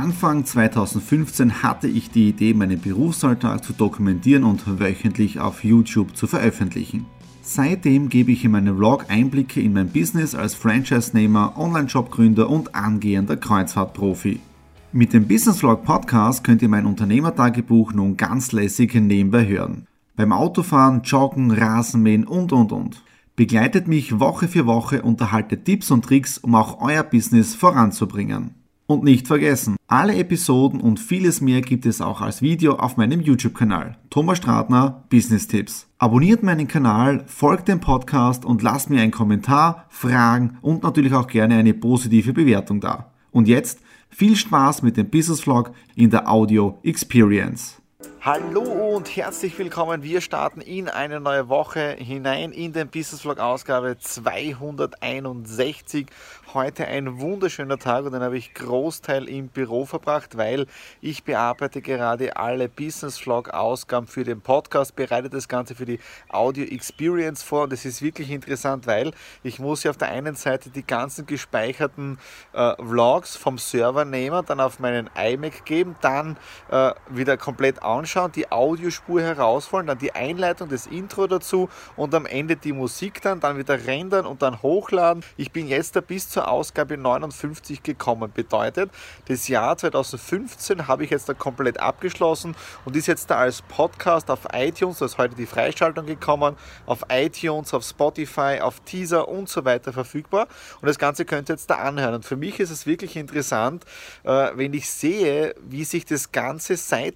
Anfang 2015 hatte ich die Idee, meinen Berufsalltag zu dokumentieren und wöchentlich auf YouTube zu veröffentlichen. Seitdem gebe ich in meinem Vlog Einblicke in mein Business als Franchise-Nehmer, Online-Shop-Gründer und angehender Kreuzfahrtprofi. Mit dem Business Vlog Podcast könnt ihr mein Unternehmertagebuch nun ganz lässig nebenbei hören. Beim Autofahren, Joggen, Rasenmähen und. Begleitet mich Woche für Woche und erhaltet Tipps und Tricks, um auch euer Business voranzubringen. Und nicht vergessen, alle Episoden und vieles mehr gibt es auch als Video auf meinem YouTube-Kanal. Thomas Stratner, Business Tipps. Abonniert meinen Kanal, folgt dem Podcast und lasst mir einen Kommentar, Fragen und natürlich auch gerne eine positive Bewertung da. Und jetzt viel Spaß mit dem Business Vlog in der Audio Experience. Hallo und herzlich willkommen. Wir starten in eine neue Woche hinein in den Business Vlog Ausgabe 261. Heute ein wunderschöner Tag und den habe ich Großteil im Büro verbracht, weil ich bearbeite gerade alle Business Vlog Ausgaben für den Podcast, bereite das Ganze für die Audio Experience vor und es ist wirklich interessant, weil ich muss ja auf der einen Seite die ganzen gespeicherten Vlogs vom Server nehmen, dann auf meinen iMac geben, dann wieder komplett anschauen, die Audiospur herausholen, dann die Einleitung, das Intro dazu und am Ende die Musik dann wieder rendern und dann hochladen. Ich bin jetzt da bis zur Ausgabe 59 gekommen. Bedeutet, das Jahr 2015 habe ich jetzt da komplett abgeschlossen und ist jetzt da als Podcast auf iTunes, da ist heute die Freischaltung gekommen, auf iTunes, auf Spotify, auf Deezer und so weiter verfügbar und das Ganze könnt ihr jetzt da anhören. Und für mich ist es wirklich interessant, wenn ich sehe, wie sich das Ganze seit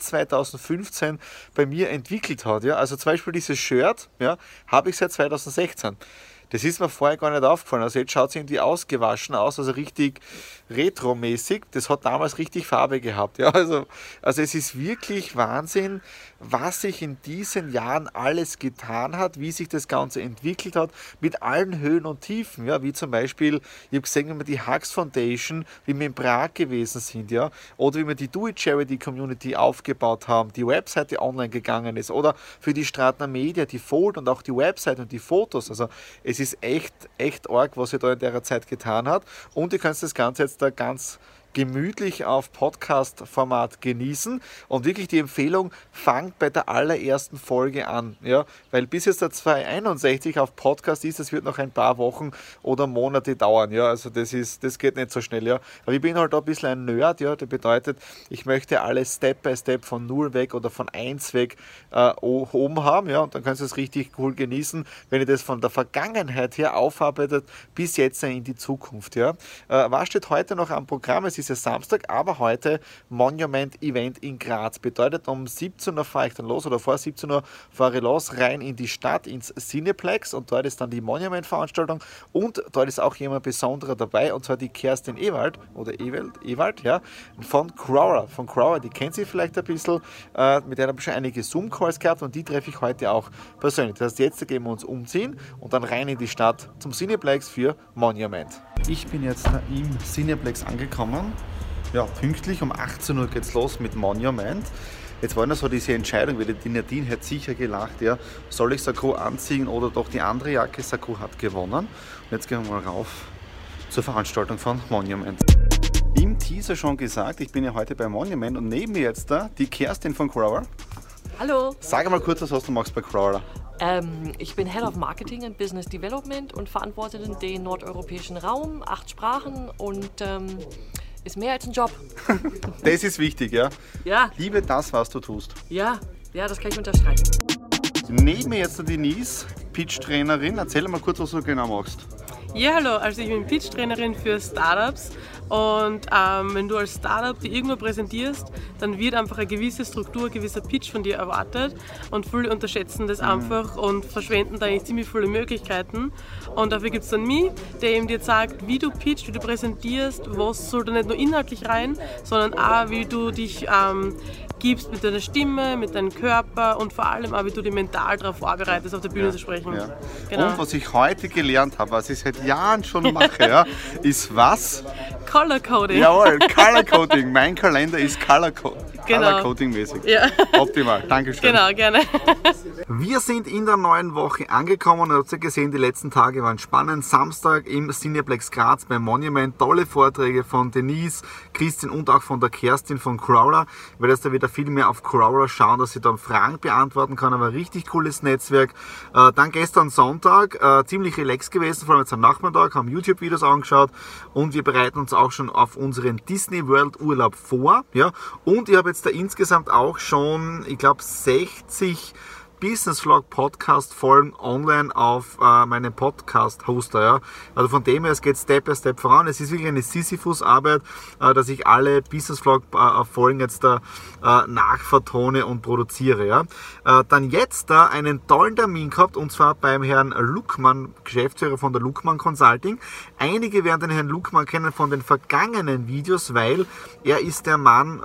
2015 bei mir entwickelt hat. Ja? Also zum Beispiel dieses Shirt, ja, habe ich seit 2016. Das ist mir vorher gar nicht aufgefallen. Also jetzt schaut es irgendwie ausgewaschen aus, also richtig retromäßig. Das hat damals richtig Farbe gehabt. Ja? Also es ist wirklich Wahnsinn, was sich in diesen Jahren alles getan hat, wie sich das Ganze entwickelt hat, mit allen Höhen und Tiefen. Ja? Wie zum Beispiel, ich habe gesehen, wie wir die Hux Foundation, wie wir in Prag gewesen sind, ja? Oder wie wir die Do It Charity Community aufgebaut haben, die Webseite online gegangen ist oder für die Stratner Media, die Fold und auch die Webseite und die Fotos. Also es ist echt arg, was sich da in der Zeit getan hat und ihr könnt das Ganze jetzt da ganz gemütlich auf Podcast-Format genießen und wirklich die Empfehlung, fangt bei der allerersten Folge an, ja, weil bis jetzt der 261 auf Podcast ist, das wird noch ein paar Wochen oder Monate dauern, ja, also das geht nicht so schnell, ja, aber ich bin halt da ein bisschen ein Nerd, ja, das bedeutet, ich möchte alles Step by Step von 0 weg oder von 1 weg oben haben, ja, und dann könnt ihr es richtig cool genießen, wenn ihr das von der Vergangenheit her aufarbeitet, bis jetzt in die Zukunft, ja. Was steht heute noch am Programm? Es ist ja Samstag, aber heute Monument Event in Graz. Bedeutet, um 17 Uhr fahre ich dann los oder vor 17 Uhr fahre ich los, rein in die Stadt, ins Cineplex und dort ist dann die Monument-Veranstaltung und dort ist auch jemand Besonderer dabei und zwar die Kerstin Ewald ja, von Crowra. Die kennt sie vielleicht ein bisschen, mit der habe ich schon einige Zoom-Calls gehabt und die treffe ich heute auch persönlich. Das heißt, jetzt gehen wir uns umziehen und dann rein in die Stadt zum Cineplex für Monument. Ich bin jetzt im Cineplex angekommen. Ja, pünktlich um 18 Uhr geht's los mit Monument. Jetzt war noch so diese Entscheidung, weil die Nadine hat sicher gelacht, ja, soll ich Sakko anziehen oder doch die andere Jacke? Sakko hat gewonnen. Und jetzt gehen wir mal rauf zur Veranstaltung von Monument. Im Teaser schon gesagt, ich bin ja heute bei Monument und neben mir jetzt da die Kerstin von Crowra. Hallo. Sag mal kurz, was du machst bei Crowra. Ich bin Head of Marketing and Business Development und verantworte den nordeuropäischen Raum, 8 Sprachen und ist mehr als ein Job. Das ist wichtig, ja? Ja. Liebe das, was du tust. Ja, das kann ich unterstreichen. Neben mir jetzt die Denise, Pitch-Trainerin. Erzähl mal kurz, was du genau machst. Ja, hallo, also ich bin Pitch-Trainerin für Startups und wenn du als Startup die irgendwo präsentierst, dann wird einfach eine gewisse Struktur, ein gewisser Pitch von dir erwartet und viele unterschätzen das einfach und verschwenden da eigentlich ziemlich viele Möglichkeiten und dafür gibt es dann mich, der eben dir sagt, wie du pitchst, wie du präsentierst, was soll da nicht nur inhaltlich rein, sondern auch wie du dich gibst mit deiner Stimme, mit deinem Körper und vor allem auch, wie du dich mental darauf vorbereitest, auf der Bühne zu sprechen. Ja. Genau. Und was ich heute gelernt habe, was ich seit Jahren schon mache, ja, ist was? Color Coding. Jawohl, Color Coding. Mein Kalender ist Color Genau. Coating-mäßig. Ja. Optimal, Dankeschön. Genau, gerne. Wir sind in der neuen Woche angekommen und ihr habt ja gesehen, die letzten Tage waren spannend. Samstag im Cineplex Graz beim Monument, tolle Vorträge von Denise, Christine und auch von der Kerstin von Crawler. Ich werde jetzt da wieder viel mehr auf Crawler schauen, dass ich da Fragen beantworten kann, aber ein richtig cooles Netzwerk. Dann gestern Sonntag, ziemlich relaxed gewesen, vor allem jetzt am Nachmittag, haben YouTube-Videos angeschaut und wir bereiten uns auch schon auf unseren Disney World Urlaub vor. Ja? Und ich habe jetzt da insgesamt auch schon, ich glaube, 60 Business Vlog Podcast Folgen online auf meinem Podcast Hoster. Ja. Also von dem her, es geht Step by Step voran. Es ist wirklich eine Sisyphus-Arbeit, dass ich alle Business Vlog Folgen jetzt da nachvertone und produziere. Ja. Dann jetzt da einen tollen Termin gehabt und zwar beim Herrn Luckmann, Geschäftsführer von der Luckmann Consulting. Einige werden den Herrn Luckmann kennen von den vergangenen Videos, weil er ist der Mann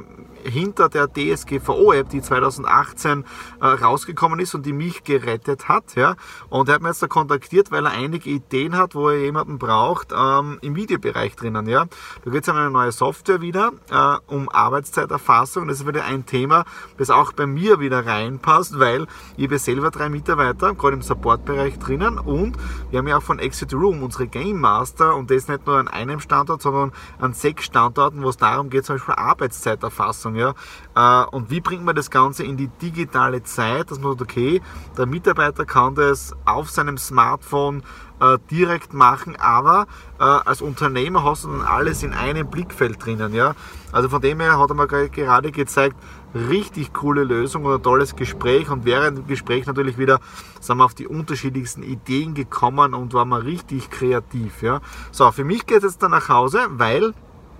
hinter der DSGVO-App, die 2018 rausgekommen ist und die mich gerettet hat. Ja? Und er hat mich jetzt da kontaktiert, weil er einige Ideen hat, wo er jemanden braucht im Videobereich drinnen. Ja? Da geht es um eine neue Software wieder, um Arbeitszeiterfassung. Das ist wieder ein Thema, das auch bei mir wieder reinpasst, weil ich habe selber 3 Mitarbeiter, gerade im Supportbereich drinnen und wir haben ja auch von Exit Room unsere Game Master und das nicht nur an einem Standort, sondern an 6 Standorten, wo es darum geht, zum Beispiel Arbeitszeiterfassung. Ja? Und wie bringt man das Ganze in die digitale Zeit, dass man sagt, okay, der Mitarbeiter kann das auf seinem Smartphone direkt machen, aber als Unternehmer hast du dann alles in einem Blickfeld drinnen. Ja? Also von dem her hat er mir gerade gezeigt, richtig coole Lösung und ein tolles Gespräch und während dem Gespräch natürlich wieder sind wir auf die unterschiedlichsten Ideen gekommen und waren wir richtig kreativ. Ja? So, für mich geht es jetzt dann nach Hause, weil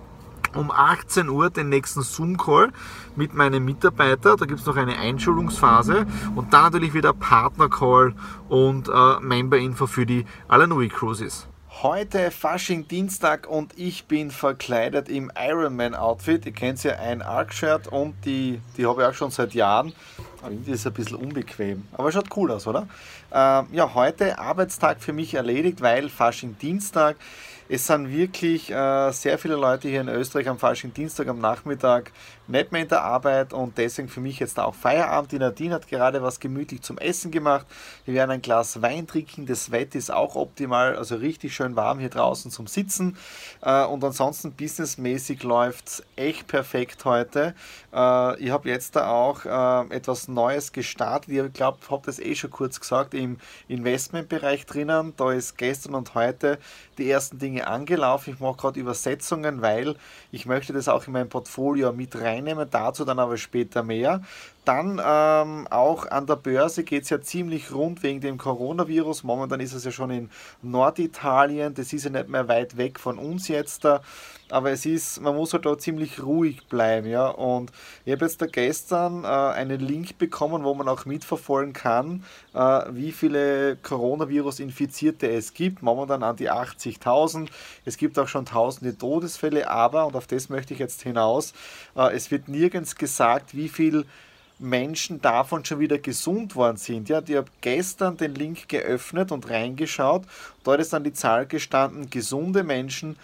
um 18 Uhr den nächsten Zoom-Call mit meinem Mitarbeiter. Da gibt es noch eine Einschulungsphase und dann natürlich wieder Partner-Call und Member-Info für die Alanui Cruises. Heute Fasching Dienstag und ich bin verkleidet im Ironman-Outfit. Ihr kennt ja, ein Arc-Shirt und die habe ich auch schon seit Jahren. Aber irgendwie ist es ein bisschen unbequem. Aber schaut cool aus, oder? Ja, heute Arbeitstag für mich erledigt, weil Fasching Dienstag. Es sind wirklich sehr viele Leute hier in Österreich am Fasching Dienstag am Nachmittag nicht mehr in der Arbeit und deswegen für mich jetzt auch Feierabend. Die Nadine hat gerade was gemütlich zum Essen gemacht. Wir werden ein Glas Wein trinken. Das Wetter ist auch optimal, also richtig schön warm hier draußen zum Sitzen. Und ansonsten businessmäßig läuft es echt perfekt heute. Ich habe jetzt da auch etwas Neues gestartet. Ich glaube, ich habe das schon kurz gesagt, im Investmentbereich drinnen. Da ist gestern und heute die ersten Dinge angelaufen. Ich mache gerade Übersetzungen, weil ich möchte das auch in mein Portfolio mit reinnehmen, dazu dann aber später mehr. Dann auch an der Börse geht es ja ziemlich rund wegen dem Coronavirus. Momentan ist es ja schon in Norditalien, das ist ja nicht mehr weit weg von uns jetzt da. Aber es ist, man muss halt da ziemlich ruhig bleiben. Ja? Und ich habe jetzt da gestern einen Link bekommen, wo man auch mitverfolgen kann, wie viele Coronavirus-Infizierte es gibt. Momentan an die 80.000. Es gibt auch schon tausende Todesfälle, aber, und auf das möchte ich jetzt hinaus, es wird nirgends gesagt, wie viel Menschen davon schon wieder gesund worden sind. Ja, ich habe gestern den Link geöffnet und reingeschaut. Dort ist dann die Zahl gestanden, gesunde Menschen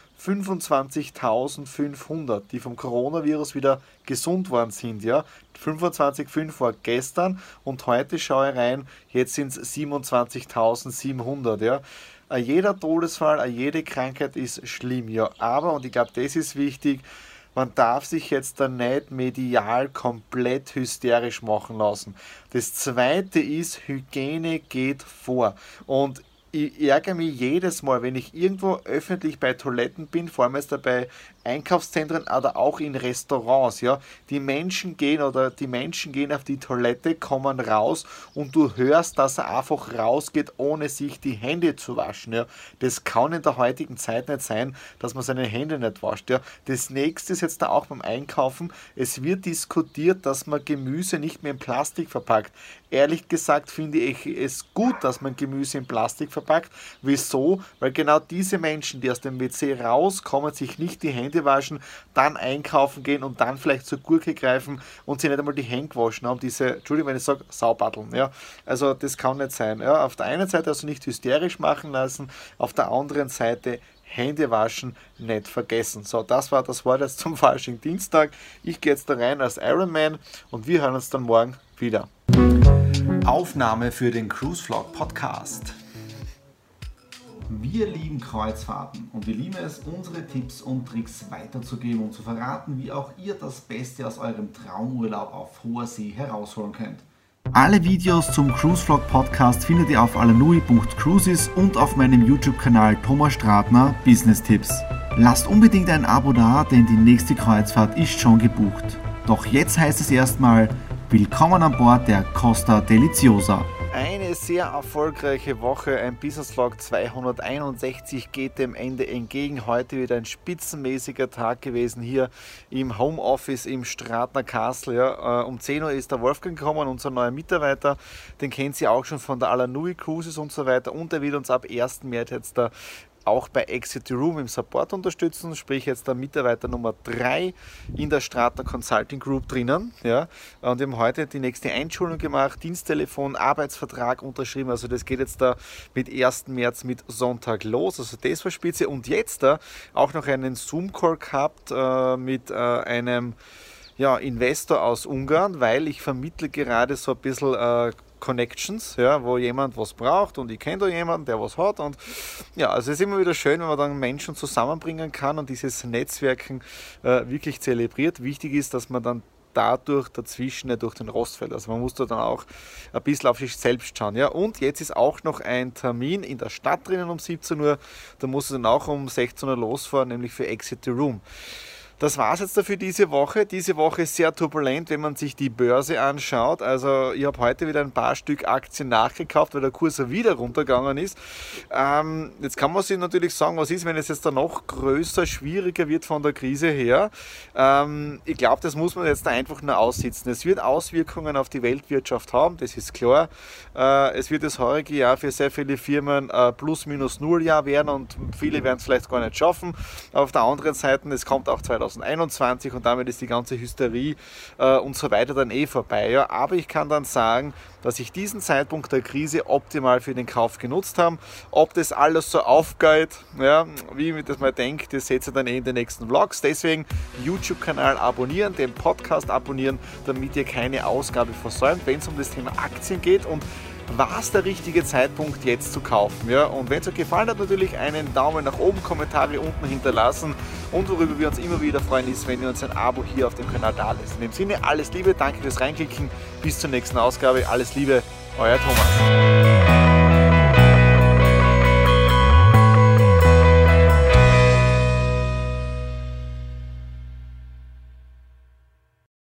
25.500, die vom Coronavirus wieder gesund worden sind. Ja, 25.500 war gestern und heute schaue ich rein, jetzt sind es 27.700. Ja. Jeder Todesfall, jede Krankheit ist schlimm. Ja, aber, und ich glaube, das ist wichtig, man darf sich jetzt dann nicht medial komplett hysterisch machen lassen. Das Zweite ist, Hygiene geht vor. Und ich ärgere mich jedes Mal, wenn ich irgendwo öffentlich bei Toiletten bin, vor allem jetzt bei Einkaufszentren oder auch in Restaurants, ja, die Menschen gehen auf die Toilette, kommen raus und du hörst, dass er einfach rausgeht, ohne sich die Hände zu waschen. Ja. Das kann in der heutigen Zeit nicht sein, dass man seine Hände nicht wascht. Ja. Das nächste ist jetzt da auch beim Einkaufen, es wird diskutiert, dass man Gemüse nicht mehr in Plastik verpackt. Ehrlich gesagt finde ich es gut, dass man Gemüse in Plastik verpackt. Wieso? Weil genau diese Menschen, die aus dem WC rauskommen, sich nicht die Hände waschen, dann einkaufen gehen und dann vielleicht zur Gurke greifen und sich nicht einmal die Hände waschen haben, Entschuldigung, wenn ich sage, Saubatteln. Ja? Also das kann nicht sein. Ja? Auf der einen Seite also nicht hysterisch machen lassen, auf der anderen Seite Hände waschen nicht vergessen. So, das war das Wort jetzt zum Fasching-Dienstag. Ich gehe jetzt da rein als Ironman und wir hören uns dann morgen wieder. Aufnahme für den Cruise Vlog Podcast. Wir lieben Kreuzfahrten und wir lieben es, unsere Tipps und Tricks weiterzugeben und zu verraten, wie auch ihr das Beste aus eurem Traumurlaub auf hoher See herausholen könnt. Alle Videos zum Cruise Vlog Podcast findet ihr auf alanui.cruises und auf meinem YouTube-Kanal Thomas Stratner Business Tipps. Lasst unbedingt ein Abo da, denn die nächste Kreuzfahrt ist schon gebucht. Doch jetzt heißt es erstmal, willkommen an Bord der Costa Deliciosa. Eine sehr erfolgreiche Woche, ein Business Vlog 261 geht dem Ende entgegen. Heute wieder ein spitzenmäßiger Tag gewesen hier im Homeoffice im Stratner Castle. Ja, um 10 Uhr ist der Wolfgang gekommen, unser neuer Mitarbeiter. Den kennt Sie auch schon von der Alanui Cruises und so weiter. Und er wird uns ab 1. März jetzt da auch bei Exit the Room im Support unterstützen, sprich jetzt der Mitarbeiter Nummer 3 in der Stratner Consulting Group drinnen. Ja. Und wir haben heute die nächste Einschulung gemacht, Diensttelefon, Arbeitsvertrag unterschrieben, also das geht jetzt da mit 1. März mit Sonntag los, also das war spitze. Und jetzt da auch noch einen Zoom-Call gehabt mit einem Investor aus Ungarn, weil ich vermittle gerade so ein bisschen Connections, ja, wo jemand was braucht und ich kenne da jemanden, der was hat, und ja, also es ist immer wieder schön, wenn man dann Menschen zusammenbringen kann und dieses Netzwerken wirklich zelebriert. Wichtig ist, dass man dann dadurch dazwischen nicht durch den Rost fällt. Also man muss da dann auch ein bisschen auf sich selbst schauen. Ja. Und jetzt ist auch noch ein Termin in der Stadt drinnen um 17 Uhr, da muss ich dann auch um 16 Uhr losfahren, nämlich für Exit the Room. Das war es jetzt dafür diese Woche. Diese Woche ist sehr turbulent, wenn man sich die Börse anschaut. Also ich habe heute wieder ein paar Stück Aktien nachgekauft, weil der Kurs wieder runtergegangen ist. Jetzt kann man sich natürlich sagen, was ist, wenn es jetzt da noch größer, schwieriger wird von der Krise her. Ich glaube, das muss man jetzt da einfach nur aussitzen. Es wird Auswirkungen auf die Weltwirtschaft haben, das ist klar. Es wird das heurige Jahr für sehr viele Firmen Plus-Minus-Null-Jahr werden und viele werden es vielleicht gar nicht schaffen. Aber auf der anderen Seite, es kommt auch 2021 und damit ist die ganze Hysterie und so weiter dann vorbei. Ja. Aber ich kann dann sagen, dass ich diesen Zeitpunkt der Krise optimal für den Kauf genutzt habe. Ob das alles so aufgeht, ja, wie ich mir das mal denke, das seht ihr dann in den nächsten Vlogs. Deswegen YouTube-Kanal abonnieren, den Podcast abonnieren, damit ihr keine Ausgabe versäumt, wenn es um das Thema Aktien geht. Und war es der richtige Zeitpunkt, jetzt zu kaufen? Ja? Und wenn es euch gefallen hat, natürlich einen Daumen nach oben, Kommentare unten hinterlassen. Und worüber wir uns immer wieder freuen, ist, wenn ihr uns ein Abo hier auf dem Kanal da lässt. In dem Sinne, alles Liebe, danke fürs Reinklicken. Bis zur nächsten Ausgabe. Alles Liebe, euer Thomas.